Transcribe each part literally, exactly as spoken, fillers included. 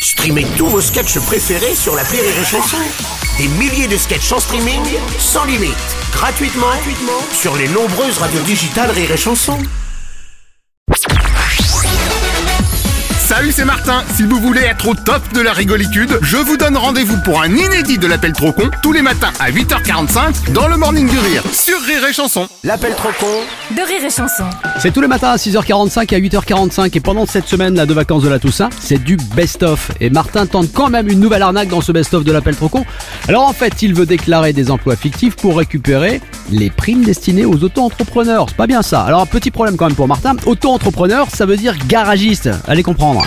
Streamez tous vos sketchs préférés sur l'appli Rire et Chanson. Des milliers de sketchs en streaming, sans limite, gratuitement, gratuitement sur les nombreuses radios digitales Rire et Chanson. Salut, c'est Martin. Si vous voulez être au top de la rigolitude, je vous donne rendez-vous pour un inédit de l'appel trop con tous les matins à huit heures quarante-cinq dans le Morning du Rire sur Rire et Chanson. L'appel trop con de Rire et Chanson. C'est tous les matins à six heures quarante-cinq et à huit heures quarante-cinq et pendant cette semaine là de vacances de la Toussaint, c'est du best-of. Et Martin tente quand même une nouvelle arnaque dans ce best-of de l'appel trop con. Alors en fait, il veut déclarer des emplois fictifs pour récupérer les primes destinées aux auto-entrepreneurs. C'est pas bien ça. Alors un petit problème quand même pour Martin. Auto-entrepreneur, ça veut dire garagiste. Allez comprendre.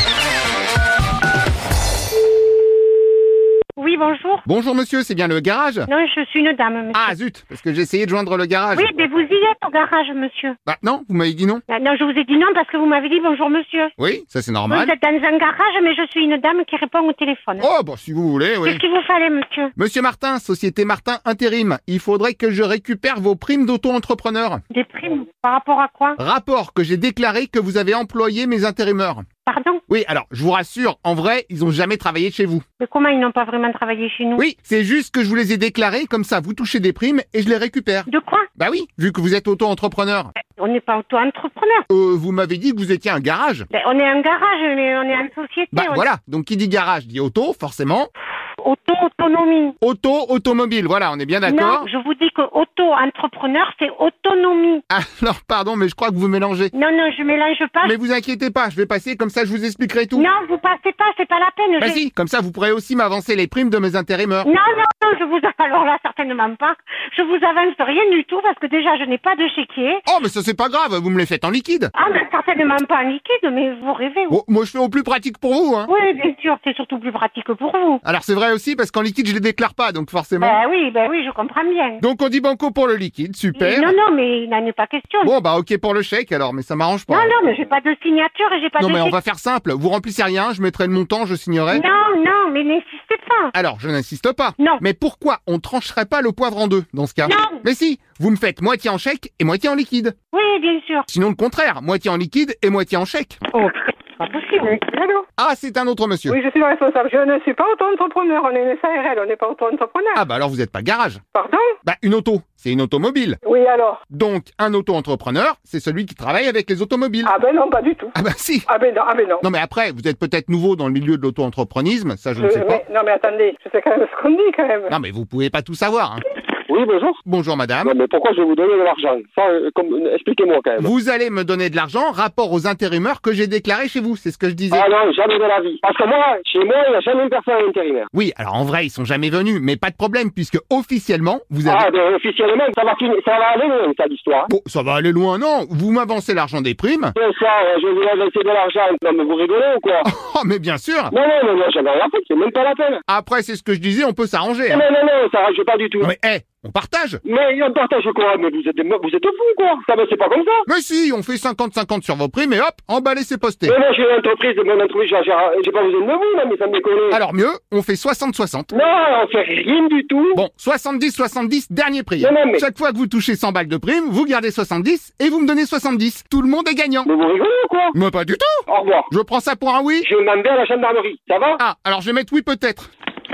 Oui, bonjour. Bonjour monsieur, c'est bien le garage? Non, je suis une dame, monsieur. Ah zut, parce que j'ai essayé de joindre le garage. Oui, mais vous y êtes au garage, monsieur. Bah non, vous m'avez dit non. Ah, non, je vous ai dit non parce que vous m'avez dit bonjour, monsieur. Oui, ça c'est Vous normal. êtes dans un garage, mais je suis une dame qui répond au téléphone. Oh bah si vous voulez, oui. Qu'est-ce qu'il vous fallait, monsieur? Monsieur Martin, Société Martin Intérim, il faudrait que je récupère vos primes d'auto-entrepreneur. Des primes? Par rapport à quoi? Rapport que j'ai déclaré que vous avez employé mes intérimaires. Pardon? Oui, alors, je vous rassure, en vrai, ils ont jamais travaillé chez vous. Mais comment ils n'ont pas vraiment travaillé chez nous? Oui, c'est juste que je vous les ai déclarés, comme ça, vous touchez des primes et je les récupère. De quoi? Bah oui, vu que vous êtes auto-entrepreneur. On n'est pas auto-entrepreneur. Euh, vous m'avez dit que vous étiez un garage. Ben, on est un garage, mais on est en société. Bah on... voilà, donc qui dit garage dit auto, forcément. Auto-autonomie. Auto, automobile, voilà, on est bien d'accord. Non, je vous dis que auto-entrepreneur, c'est autonomie. Alors, pardon, mais je crois que vous mélangez. Non, non, je mélange pas. Mais vous inquiétez pas, je vais passer, comme ça je vous expliquerai tout. Non, vous passez pas, c'est pas la peine. Bah je... si, comme ça vous pourrez aussi m'avancer les primes de mes intérimaires. Non, non, non, je vous... Alors là, certainement pas. Je vous avance rien du tout parce que déjà, je n'ai pas de chéquier. Oh, mais ça c'est pas grave, vous me les faites en liquide. Ah, mais certainement pas en liquide, mais vous rêvez. Vous. Oh, moi je fais au plus pratique pour vous, hein. Oui, bien sûr, c'est surtout plus pratique pour vous. Alors c'est vrai aussi parce qu'en liquide je les déclare pas, donc forcément. Ben oui, ben oui, je comprends bien. Donc on dit banco pour le liquide, super. Non, non, mais il n'en est pas question. Bon bah ok pour le chèque alors, mais ça m'arrange pas. Non, non, mais j'ai pas de signature et j'ai pas Non de... mais on chèque. va faire simple, vous remplissez rien, je mettrai le montant, je signerai. Non, non, mais n'insistez pas. Alors je n'insiste pas. Non. Mais pourquoi on trancherait pas le poivre en deux dans ce cas? Non. Mais si, vous me faites moitié en chèque et moitié en liquide. Oui, bien sûr. Sinon le contraire, moitié en liquide et moitié en chèque. Oh, putain, c'est pas possible. Allô? Ah c'est un autre monsieur. Oui, je suis le responsable. Je ne suis pas auto-entrepreneur. On est une S A R L, on n'est pas auto-entrepreneur. Ah bah alors vous êtes pas garage. Pardon? Bah une auto, c'est une automobile. Oui, alors? Donc un auto-entrepreneur, c'est celui qui travaille avec les automobiles. Ah ben non, pas du tout. Ah bah si. Ah ben non, ah ben non. Non mais après, vous êtes peut-être nouveau dans le milieu de l'auto-entreprenisme, ça je ne Je- sais pas. mais- non mais attendez, je sais quand même ce qu'on dit quand même. Non mais vous pouvez pas tout savoir. Hein. Oui, bonjour. Bonjour madame. Non, mais pourquoi je vais vous donner de l'argent? Ça, euh, comme, euh, expliquez-moi quand même. Vous allez me donner de l'argent rapport aux intérimaires que j'ai déclarés chez vous, c'est ce que je disais. Ah non, jamais de la vie. Parce que moi, chez moi, il n'y a jamais une personne intérimaire. Oui, alors en vrai, ils sont jamais venus, mais pas de problème puisque officiellement, vous avez... Ah, ben, officiellement, ça va finir, ça va aller loin, ça, l'histoire. Bon, ça va aller loin, non. Vous m'avancez l'argent des primes. Et ça, euh, je vais vous laisser de l'argent. Non, mais vous rigolez ou quoi? Oh, mais bien sûr. Non, non, non, non, j'en ai rien fait, c'est même pas la peine. Après, c'est ce que je disais, on peut s'arranger. Non, Hein. non, non, non, ça rage pas du tout. Non, mais, hé, on partage. Mais on partage quoi? Mais vous êtes, des- vous êtes fous, quoi? Ça, mais c'est pas comme ça. Mais si, on fait cinquante cinquante sur vos primes et hop, emballé, c'est posté. Mais moi, j'ai une entreprise, mon entreprise, j'ai j'ai- j'ai pas besoin de vous, là, mais ça me déconne. Alors mieux, on fait soixante soixante. Non, on fait rien du tout. Bon, soixante-dix soixante-dix, dernier prix. Non, non, mais- Chaque fois que vous touchez cent balles de prime, vous gardez soixante-dix et vous me donnez soixante-dix. Tout le monde est gagnant. Mais vous rigolez ou quoi? Moi, pas du tout. Au revoir. Je prends ça pour un oui. Je m'en vais à la gendarmerie, ça va? Ah, alors je vais mettre oui peut-être.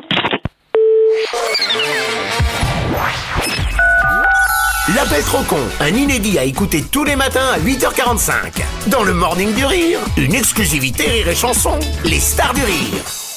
L'appel trop con, un inédit à écouter tous les matins à huit heures quarante-cinq. Dans le Morning du Rire, une exclusivité Rire et Chanson, les stars du rire.